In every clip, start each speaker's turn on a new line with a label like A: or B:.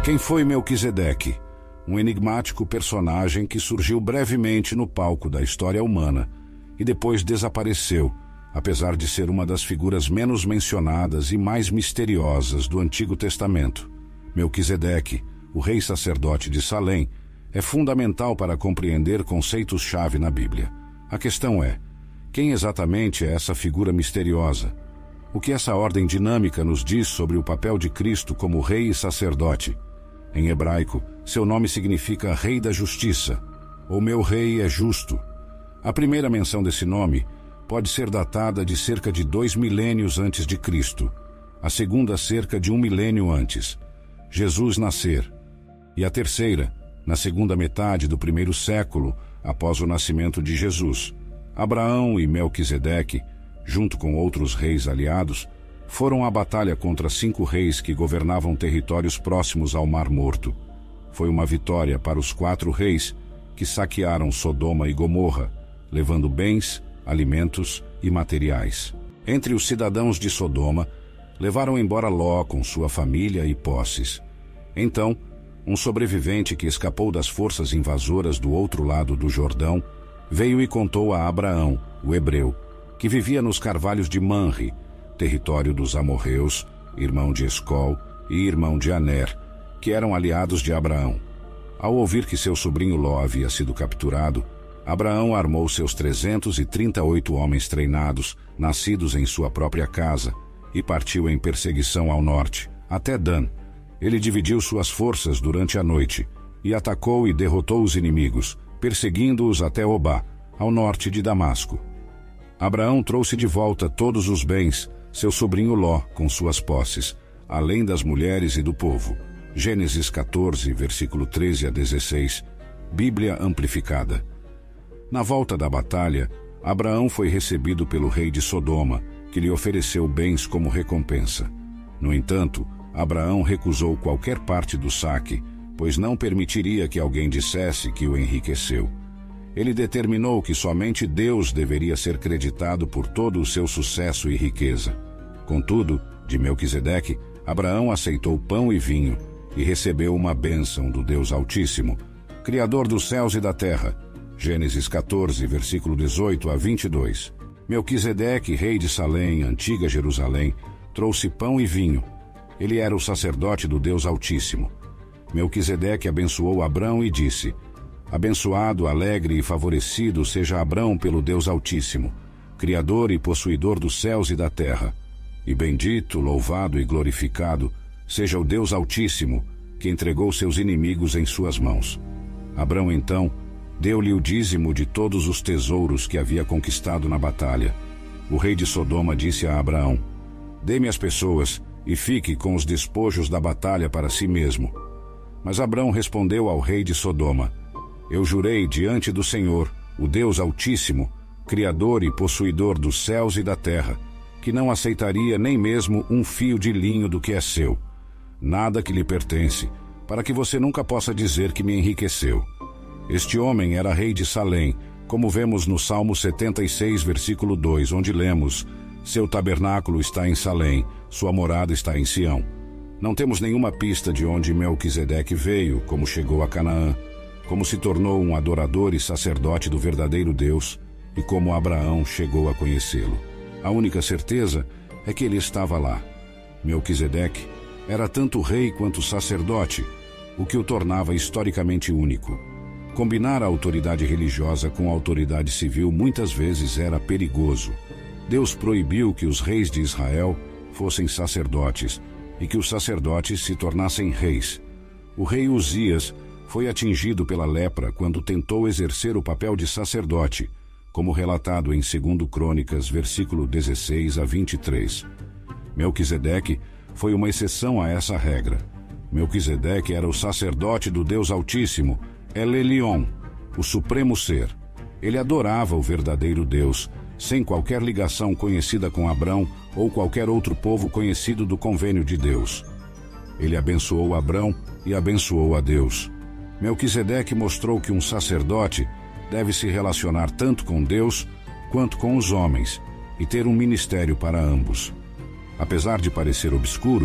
A: Quem foi Melquisedeque? Um enigmático personagem que surgiu brevemente no palco da história humana e depois desapareceu, apesar de ser uma das figuras menos mencionadas e mais misteriosas do Antigo Testamento. Melquisedeque, o rei sacerdote de Salém, é fundamental para compreender conceitos-chave na Bíblia. A questão é: quem exatamente é essa figura misteriosa? O que essa ordem dinâmica nos diz sobre o papel de Cristo como rei e sacerdote? Em hebraico, seu nome significa Rei da Justiça, ou Meu Rei é Justo. A primeira menção desse nome pode ser datada de cerca de 2 milênios antes de Cristo, a segunda cerca de 1 milênio antes, Jesus nascer, e a terceira, na segunda metade do primeiro século após o nascimento de Jesus. Abraão e Melquisedeque, junto com outros reis aliados, foram à batalha contra 5 reis que governavam territórios próximos ao Mar Morto. Foi uma vitória para os 4 reis que saquearam Sodoma e Gomorra, levando bens, alimentos e materiais. Entre os cidadãos de Sodoma, levaram embora Ló com sua família e posses. Então, um sobrevivente que escapou das forças invasoras do outro lado do Jordão veio e contou a Abraão, o hebreu, que vivia nos carvalhos de Manre, território dos amorreus, irmão de Escol e irmão de Aner, que eram aliados de Abraão. Ao ouvir que seu sobrinho Ló havia sido capturado, Abraão armou seus 338 homens treinados, nascidos em sua própria casa, e partiu em perseguição ao norte, até Dan. Ele dividiu suas forças durante a noite, e atacou e derrotou os inimigos, perseguindo-os até Obá, ao norte de Damasco. Abraão trouxe de volta todos os bens, seu sobrinho Ló com suas posses, além das mulheres e do povo. Gênesis 14, versículo 13 a 16, Bíblia amplificada. Na volta da batalha, Abraão foi recebido pelo rei de Sodoma, que lhe ofereceu bens como recompensa. No entanto, Abraão recusou qualquer parte do saque, pois não permitiria que alguém dissesse que o enriqueceu. Ele determinou que somente Deus deveria ser creditado por todo o seu sucesso e riqueza. Contudo, de Melquisedeque, Abraão aceitou pão e vinho e recebeu uma bênção do Deus Altíssimo, Criador dos céus e da terra. Gênesis 14, versículo 18 a 22. Melquisedeque, rei de Salém, antiga Jerusalém, trouxe pão e vinho. Ele era o sacerdote do Deus Altíssimo. Melquisedeque abençoou Abrão e disse: Abençoado, alegre e favorecido seja Abrão pelo Deus Altíssimo, Criador e possuidor dos céus e da terra. E bendito, louvado e glorificado seja o Deus Altíssimo, que entregou seus inimigos em suas mãos. Abrão, então, deu-lhe o dízimo de todos os tesouros que havia conquistado na batalha. O rei de Sodoma disse a Abraão: Dê-me as pessoas e fique com os despojos da batalha para si mesmo. Mas Abrão respondeu ao rei de Sodoma: Eu jurei diante do Senhor, o Deus Altíssimo, Criador e possuidor dos céus e da terra, que não aceitaria nem mesmo um fio de linho do que é seu, nada que lhe pertence, para que você nunca possa dizer que me enriqueceu. Este homem era rei de Salém, como vemos no Salmo 76, versículo 2, onde lemos: Seu tabernáculo está em Salém, sua morada está em Sião. Não temos nenhuma pista de onde Melquisedeque veio, como chegou a Canaã, como se tornou um adorador e sacerdote do verdadeiro Deus, e como Abraão chegou a conhecê-lo. A única certeza é que ele estava lá. Melquisedeque era tanto rei quanto sacerdote, o que o tornava historicamente único. Combinar a autoridade religiosa com a autoridade civil muitas vezes era perigoso. Deus proibiu que os reis de Israel fossem sacerdotes e que os sacerdotes se tornassem reis. O rei Uzias foi atingido pela lepra quando tentou exercer o papel de sacerdote, como relatado em 2 Crônicas, versículo 16 a 23. Melquisedeque foi uma exceção a essa regra. Melquisedeque era o sacerdote do Deus Altíssimo, El Elyon, o Supremo Ser. Ele adorava o verdadeiro Deus, sem qualquer ligação conhecida com Abrão ou qualquer outro povo conhecido do convênio de Deus. Ele abençoou Abrão e abençoou a Deus. Melquisedeque mostrou que um sacerdote deve se relacionar tanto com Deus quanto com os homens e ter um ministério para ambos. Apesar de parecer obscuro,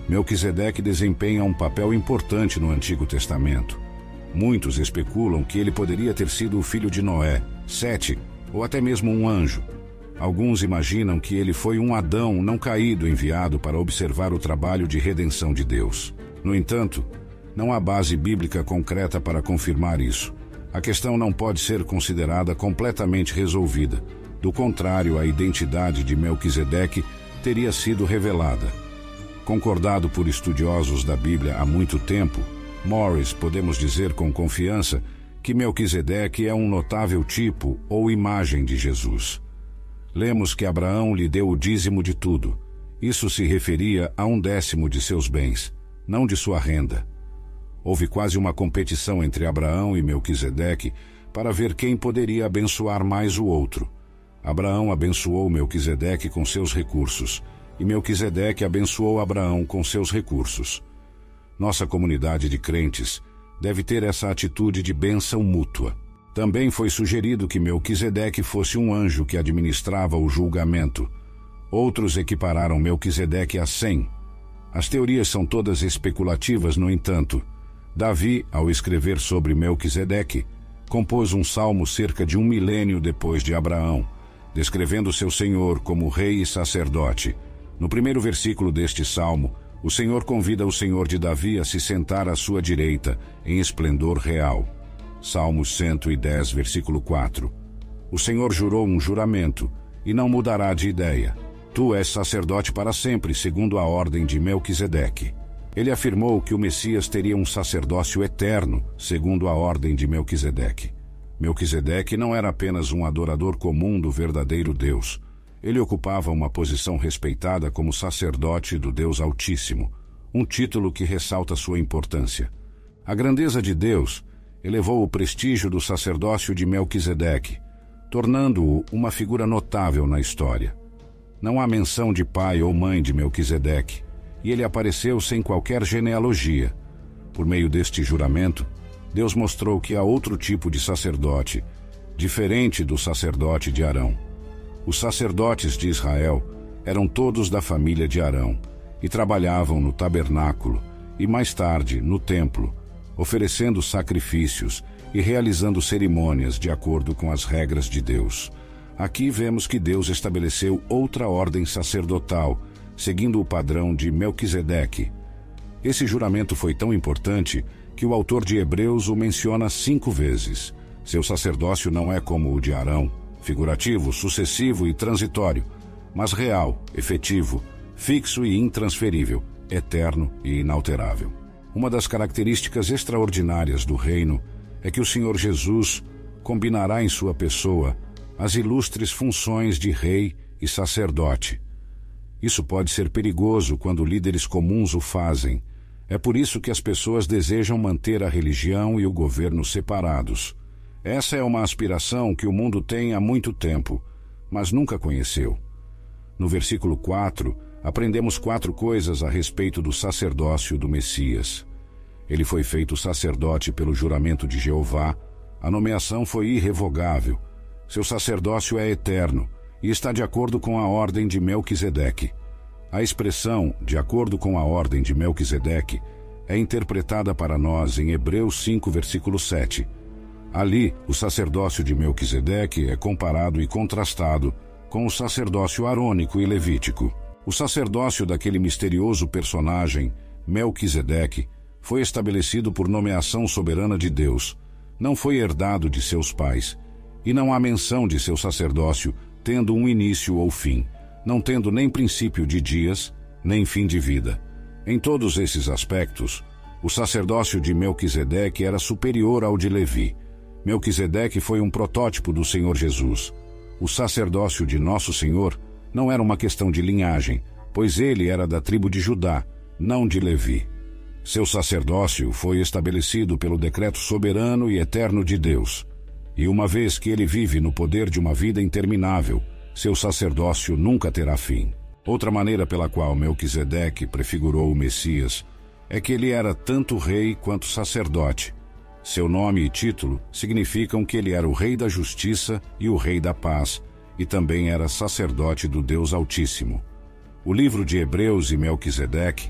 A: Melquisedeque desempenha um papel importante no Antigo Testamento. Muitos especulam que ele poderia ter sido o filho de Noé, Sete, ou até mesmo um anjo. Alguns imaginam que ele foi um Adão não caído enviado para observar o trabalho de redenção de Deus. No entanto, não há base bíblica concreta para confirmar isso. A questão não pode ser considerada completamente resolvida. Do contrário, a identidade de Melquisedeque teria sido revelada. Concordado por estudiosos da Bíblia há muito tempo, Morris, podemos dizer com confiança que Melquisedeque é um notável tipo ou imagem de Jesus. Lemos que Abraão lhe deu o dízimo de tudo. Isso se referia a 1/10 de seus bens, não de sua renda. Houve quase uma competição entre Abraão e Melquisedeque para ver quem poderia abençoar mais o outro. Abraão abençoou Melquisedeque com seus recursos, e Melquisedeque abençoou Abraão com seus recursos. Nossa comunidade de crentes deve ter essa atitude de bênção mútua. Também foi sugerido que Melquisedeque fosse um anjo que administrava o julgamento. Outros equipararam Melquisedeque a Sem. As teorias são todas especulativas, no entanto. Davi, ao escrever sobre Melquisedeque, compôs um salmo cerca de 1 milênio depois de Abraão, descrevendo seu senhor como rei e sacerdote. No primeiro versículo deste salmo, o Senhor convida o Senhor de Davi a se sentar à sua direita, em esplendor real. Salmo 110, versículo 4. O Senhor jurou um juramento, e não mudará de ideia. Tu és sacerdote para sempre, segundo a ordem de Melquisedeque. Ele afirmou que o Messias teria um sacerdócio eterno, segundo a ordem de Melquisedeque. Melquisedeque não era apenas um adorador comum do verdadeiro Deus. Ele ocupava uma posição respeitada como sacerdote do Deus Altíssimo, um título que ressalta sua importância. A grandeza de Deus elevou o prestígio do sacerdócio de Melquisedeque, tornando-o uma figura notável na história. Não há menção de pai ou mãe de Melquisedeque, e ele apareceu sem qualquer genealogia. Por meio deste juramento, Deus mostrou que há outro tipo de sacerdote, diferente do sacerdote de Arão. Os sacerdotes de Israel eram todos da família de Arão e trabalhavam no tabernáculo e, mais tarde, no templo, oferecendo sacrifícios e realizando cerimônias de acordo com as regras de Deus. Aqui vemos que Deus estabeleceu outra ordem sacerdotal, seguindo o padrão de Melquisedeque. Esse juramento foi tão importante que o autor de Hebreus o menciona 5 vezes. Seu sacerdócio não é como o de Arão, figurativo, sucessivo e transitório, mas real, efetivo, fixo e intransferível, eterno e inalterável. Uma das características extraordinárias do reino é que o Senhor Jesus combinará em sua pessoa as ilustres funções de rei e sacerdote. Isso pode ser perigoso quando líderes comuns o fazem. É por isso que as pessoas desejam manter a religião e o governo separados. Essa é uma aspiração que o mundo tem há muito tempo, mas nunca conheceu. No versículo 4, aprendemos 4 coisas a respeito do sacerdócio do Messias. Ele foi feito sacerdote pelo juramento de Jeová. A nomeação foi irrevogável. Seu sacerdócio é eterno e está de acordo com a ordem de Melquisedeque. A expressão, de acordo com a ordem de Melquisedeque, é interpretada para nós em Hebreus 5, versículo 7. Ali, o sacerdócio de Melquisedeque é comparado e contrastado com o sacerdócio arônico e levítico. O sacerdócio daquele misterioso personagem, Melquisedeque, foi estabelecido por nomeação soberana de Deus. Não foi herdado de seus pais, e não há menção de seu sacerdócio tendo um início ou fim, não tendo nem princípio de dias, nem fim de vida. Em todos esses aspectos, o sacerdócio de Melquisedeque era superior ao de Levi. Melquisedeque foi um protótipo do Senhor Jesus. O sacerdócio de Nosso Senhor não era uma questão de linhagem, pois ele era da tribo de Judá, não de Levi. Seu sacerdócio foi estabelecido pelo decreto soberano e eterno de Deus. E uma vez que ele vive no poder de uma vida interminável, seu sacerdócio nunca terá fim. Outra maneira pela qual Melquisedeque prefigurou o Messias é que ele era tanto rei quanto sacerdote. Seu nome e título significam que ele era o rei da justiça e o rei da paz, e também era sacerdote do Deus Altíssimo. O livro de Hebreus e Melquisedeque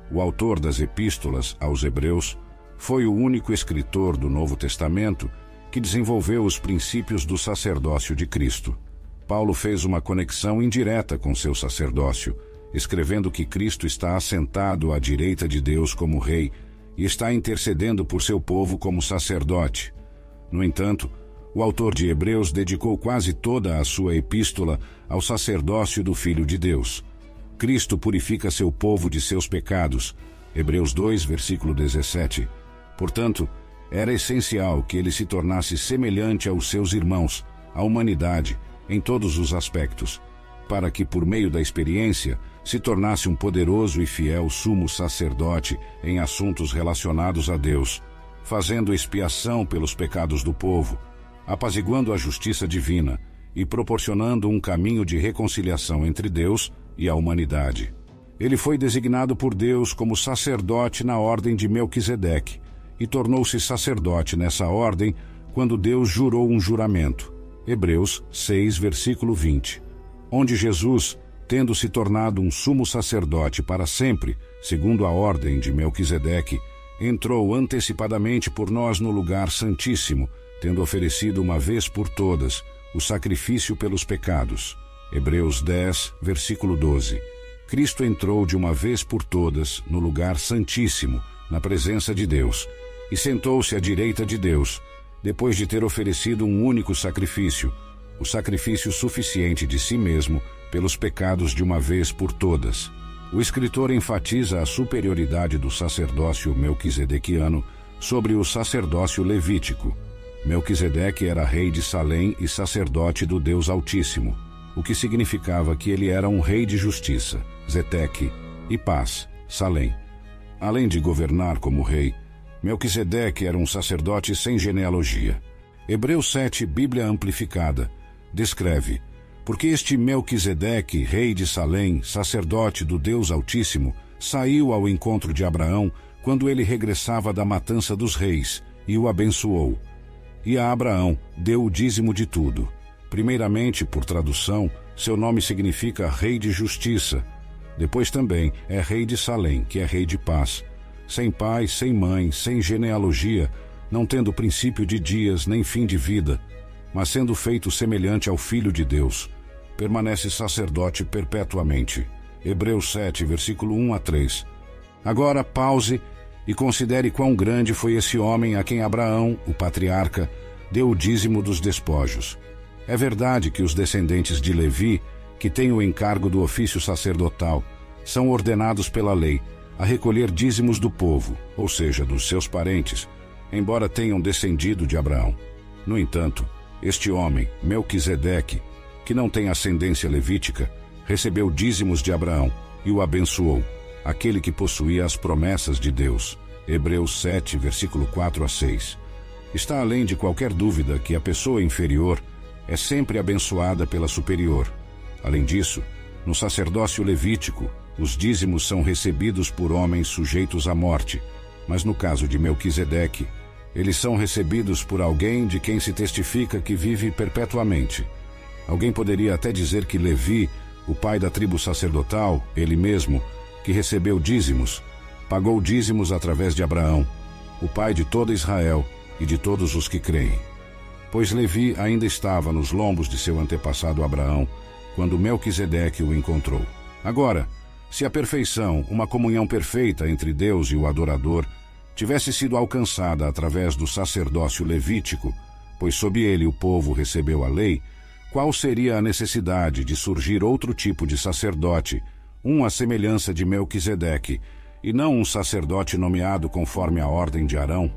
A: o autor das epístolas aos Hebreus, foi o único escritor do Novo Testamento que desenvolveu os princípios do sacerdócio de Cristo. Paulo fez uma conexão indireta com seu sacerdócio, escrevendo que Cristo está assentado à direita de Deus como rei e está intercedendo por seu povo como sacerdote. No entanto, o autor de Hebreus dedicou quase toda a sua epístola ao sacerdócio do Filho de Deus. Cristo purifica seu povo de seus pecados. Hebreus 2, versículo 17. Portanto, era essencial que ele se tornasse semelhante aos seus irmãos, à humanidade, em todos os aspectos, para que, por meio da experiência, se tornasse um poderoso e fiel sumo sacerdote em assuntos relacionados a Deus, fazendo expiação pelos pecados do povo, apaziguando a justiça divina e proporcionando um caminho de reconciliação entre Deus e a humanidade. Ele foi designado por Deus como sacerdote na ordem de Melquisedeque e tornou-se sacerdote nessa ordem quando Deus jurou um juramento. Hebreus 6, versículo 20. Onde Jesus, tendo se tornado um sumo sacerdote para sempre, segundo a ordem de Melquisedeque, entrou antecipadamente por nós no lugar santíssimo, tendo oferecido uma vez por todas o sacrifício pelos pecados. Hebreus 10, versículo 12. Cristo entrou de uma vez por todas no lugar santíssimo, na presença de Deus, e sentou-se à direita de Deus, depois de ter oferecido um único sacrifício, o sacrifício suficiente de si mesmo pelos pecados de uma vez por todas. O escritor enfatiza a superioridade do sacerdócio melquisedequiano sobre o sacerdócio levítico. Melquisedeque era rei de Salém e sacerdote do Deus Altíssimo, o que significava que ele era um rei de justiça, Zeteque, e paz, Salém. Além de governar como rei, Melquisedeque era um sacerdote sem genealogia. Hebreus 7, Bíblia Amplificada, descreve: porque este Melquisedeque, rei de Salém, sacerdote do Deus Altíssimo, saiu ao encontro de Abraão quando ele regressava da matança dos reis, e o abençoou. E a Abraão deu o dízimo de tudo. Primeiramente, por tradução, seu nome significa rei de justiça. Depois também é rei de Salém, que é rei de paz. Sem pai, sem mãe, sem genealogia, não tendo princípio de dias nem fim de vida, mas sendo feito semelhante ao Filho de Deus, permanece sacerdote perpetuamente. Hebreus 7, versículo 1 a 3. Agora pause e considere quão grande foi esse homem a quem Abraão, o patriarca, deu o dízimo dos despojos. É verdade que os descendentes de Levi, que têm o encargo do ofício sacerdotal, são ordenados pela lei a recolher dízimos do povo, ou seja, dos seus parentes, embora tenham descendido de Abraão. No entanto, este homem, Melquisedeque, que não tem ascendência levítica, recebeu dízimos de Abraão e o abençoou, aquele que possuía as promessas de Deus. Hebreus 7, versículo 4 a 6. Está além de qualquer dúvida que a pessoa inferior é sempre abençoada pela superior. Além disso, no sacerdócio levítico, os dízimos são recebidos por homens sujeitos à morte, mas no caso de Melquisedeque, eles são recebidos por alguém de quem se testifica que vive perpetuamente. Alguém poderia até dizer que Levi, o pai da tribo sacerdotal, ele mesmo, que recebeu dízimos, pagou dízimos através de Abraão, o pai de toda Israel e de todos os que creem. Pois Levi ainda estava nos lombos de seu antepassado Abraão, quando Melquisedeque o encontrou. Agora, se a perfeição, uma comunhão perfeita entre Deus e o adorador, tivesse sido alcançada através do sacerdócio levítico, pois sob ele o povo recebeu a lei, qual seria a necessidade de surgir outro tipo de sacerdote, à semelhança de Melquisedeque, e não um sacerdote nomeado conforme a ordem de Arão?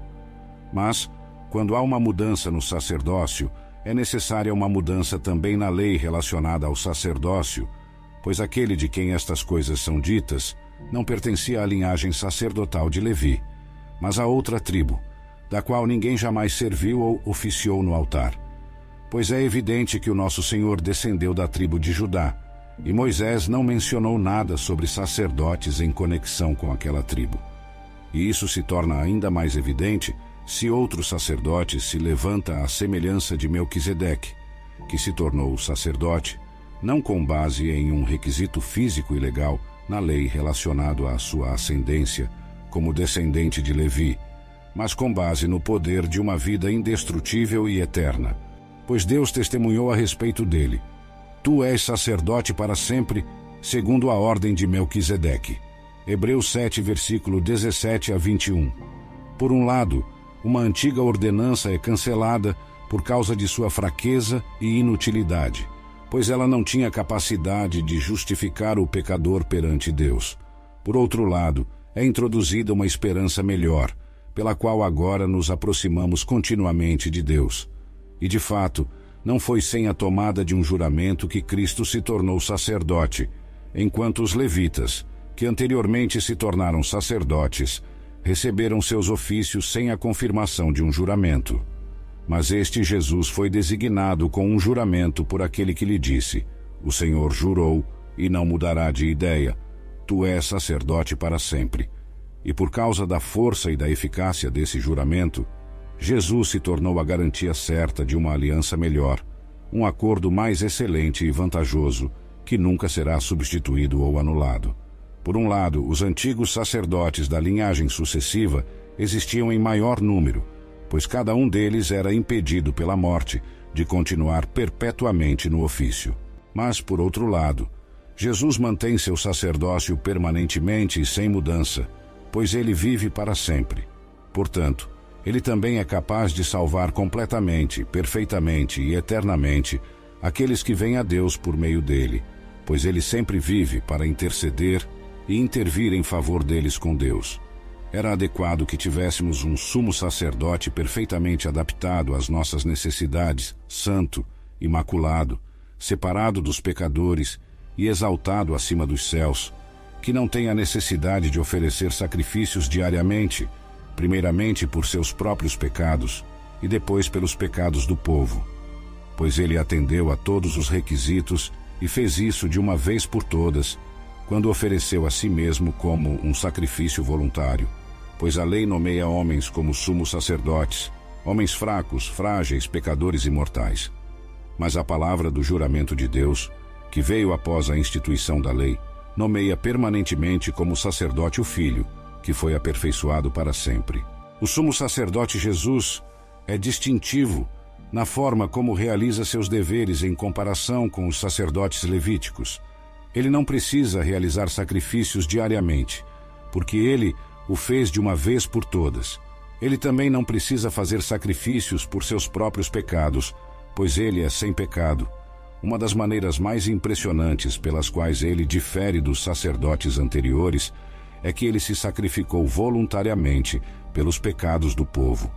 A: Mas, quando há uma mudança no sacerdócio, é necessária uma mudança também na lei relacionada ao sacerdócio, pois aquele de quem estas coisas são ditas não pertencia à linhagem sacerdotal de Levi, mas a outra tribo, da qual ninguém jamais serviu ou oficiou no altar. Pois é evidente que o nosso Senhor descendeu da tribo de Judá, e Moisés não mencionou nada sobre sacerdotes em conexão com aquela tribo. E isso se torna ainda mais evidente se outro sacerdote se levanta à semelhança de Melquisedeque, que se tornou sacerdote, não com base em um requisito físico e legal, na lei relacionado à sua ascendência como descendente de Levi, mas com base no poder de uma vida indestrutível e eterna. Pois Deus testemunhou a respeito dele: Tu és sacerdote para sempre, segundo a ordem de Melquisedeque. Hebreus 7, versículo 17 a 21. Por um lado, uma antiga ordenança é cancelada por causa de sua fraqueza e inutilidade, pois ela não tinha capacidade de justificar o pecador perante Deus. Por outro lado, é introduzida uma esperança melhor, pela qual agora nos aproximamos continuamente de Deus. E de fato, não foi sem a tomada de um juramento que Cristo se tornou sacerdote, enquanto os levitas, que anteriormente se tornaram sacerdotes, receberam seus ofícios sem a confirmação de um juramento. Mas este Jesus foi designado com um juramento por aquele que lhe disse: O Senhor jurou e não mudará de ideia: Tu és sacerdote para sempre. E por causa da força e da eficácia desse juramento, Jesus se tornou a garantia certa de uma aliança melhor, um acordo mais excelente e vantajoso, que nunca será substituído ou anulado. Por um lado, os antigos sacerdotes da linhagem sucessiva existiam em maior número, pois cada um deles era impedido pela morte de continuar perpetuamente no ofício. Mas, por outro lado, Jesus mantém seu sacerdócio permanentemente e sem mudança, pois ele vive para sempre. Portanto, ele também é capaz de salvar completamente, perfeitamente e eternamente aqueles que vêm a Deus por meio dele, pois ele sempre vive para interceder e intervir em favor deles com Deus. Era adequado que tivéssemos um sumo sacerdote perfeitamente adaptado às nossas necessidades, santo, imaculado, separado dos pecadores e exaltado acima dos céus, que não tem a necessidade de oferecer sacrifícios diariamente, primeiramente por seus próprios pecados e depois pelos pecados do povo, pois ele atendeu a todos os requisitos e fez isso de uma vez por todas, quando ofereceu a si mesmo como um sacrifício voluntário, pois a lei nomeia homens como sumos sacerdotes, homens fracos, frágeis, pecadores e mortais. Mas a palavra do juramento de Deus, que veio após a instituição da lei, nomeia permanentemente como sacerdote o Filho, que foi aperfeiçoado para sempre. O sumo sacerdote Jesus é distintivo na forma como realiza seus deveres em comparação com os sacerdotes levíticos. Ele não precisa realizar sacrifícios diariamente, porque ele o fez de uma vez por todas. Ele também não precisa fazer sacrifícios por seus próprios pecados, pois ele é sem pecado. Uma das maneiras mais impressionantes pelas quais ele difere dos sacerdotes anteriores é que ele se sacrificou voluntariamente pelos pecados do povo.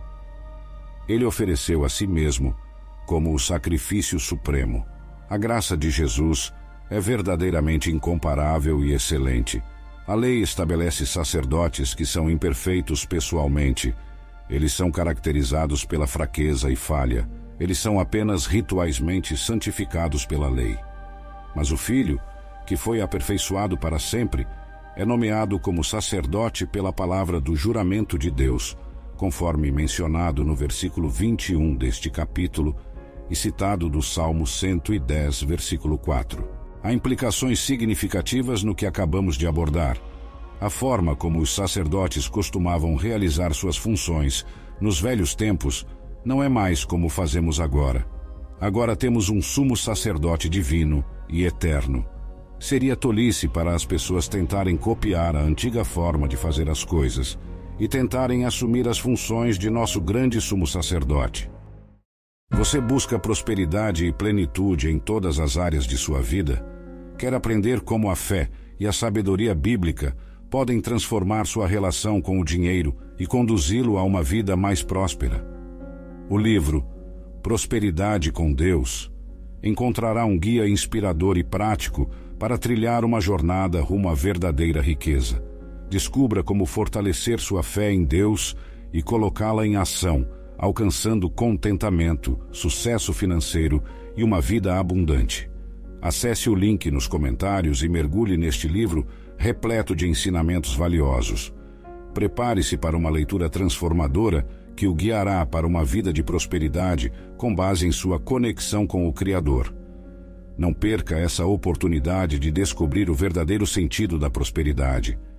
A: Ele ofereceu a si mesmo como o sacrifício supremo. A graça de Jesus é verdadeiramente incomparável e excelente. A lei estabelece sacerdotes que são imperfeitos pessoalmente. Eles são caracterizados pela fraqueza e falha. Eles são apenas ritualmente santificados pela lei. Mas o Filho, que foi aperfeiçoado para sempre, é nomeado como sacerdote pela palavra do juramento de Deus, conforme mencionado no versículo 21 deste capítulo e citado do Salmo 110, versículo 4. Há implicações significativas no que acabamos de abordar. A forma como os sacerdotes costumavam realizar suas funções nos velhos tempos não é mais como fazemos agora. Agora temos um sumo sacerdote divino e eterno. Seria tolice para as pessoas tentarem copiar a antiga forma de fazer as coisas e tentarem assumir as funções de nosso grande sumo sacerdote. Você busca prosperidade e plenitude em todas as áreas de sua vida? Quer aprender como a fé e a sabedoria bíblica podem transformar sua relação com o dinheiro e conduzi-lo a uma vida mais próspera? O livro Prosperidade com Deus encontrará um guia inspirador e prático para trilhar uma jornada rumo à verdadeira riqueza. Descubra como fortalecer sua fé em Deus e colocá-la em ação, alcançando contentamento, sucesso financeiro e uma vida abundante. Acesse o link nos comentários e mergulhe neste livro repleto de ensinamentos valiosos. Prepare-se para uma leitura transformadora que o guiará para uma vida de prosperidade com base em sua conexão com o Criador. Não perca essa oportunidade de descobrir o verdadeiro sentido da prosperidade.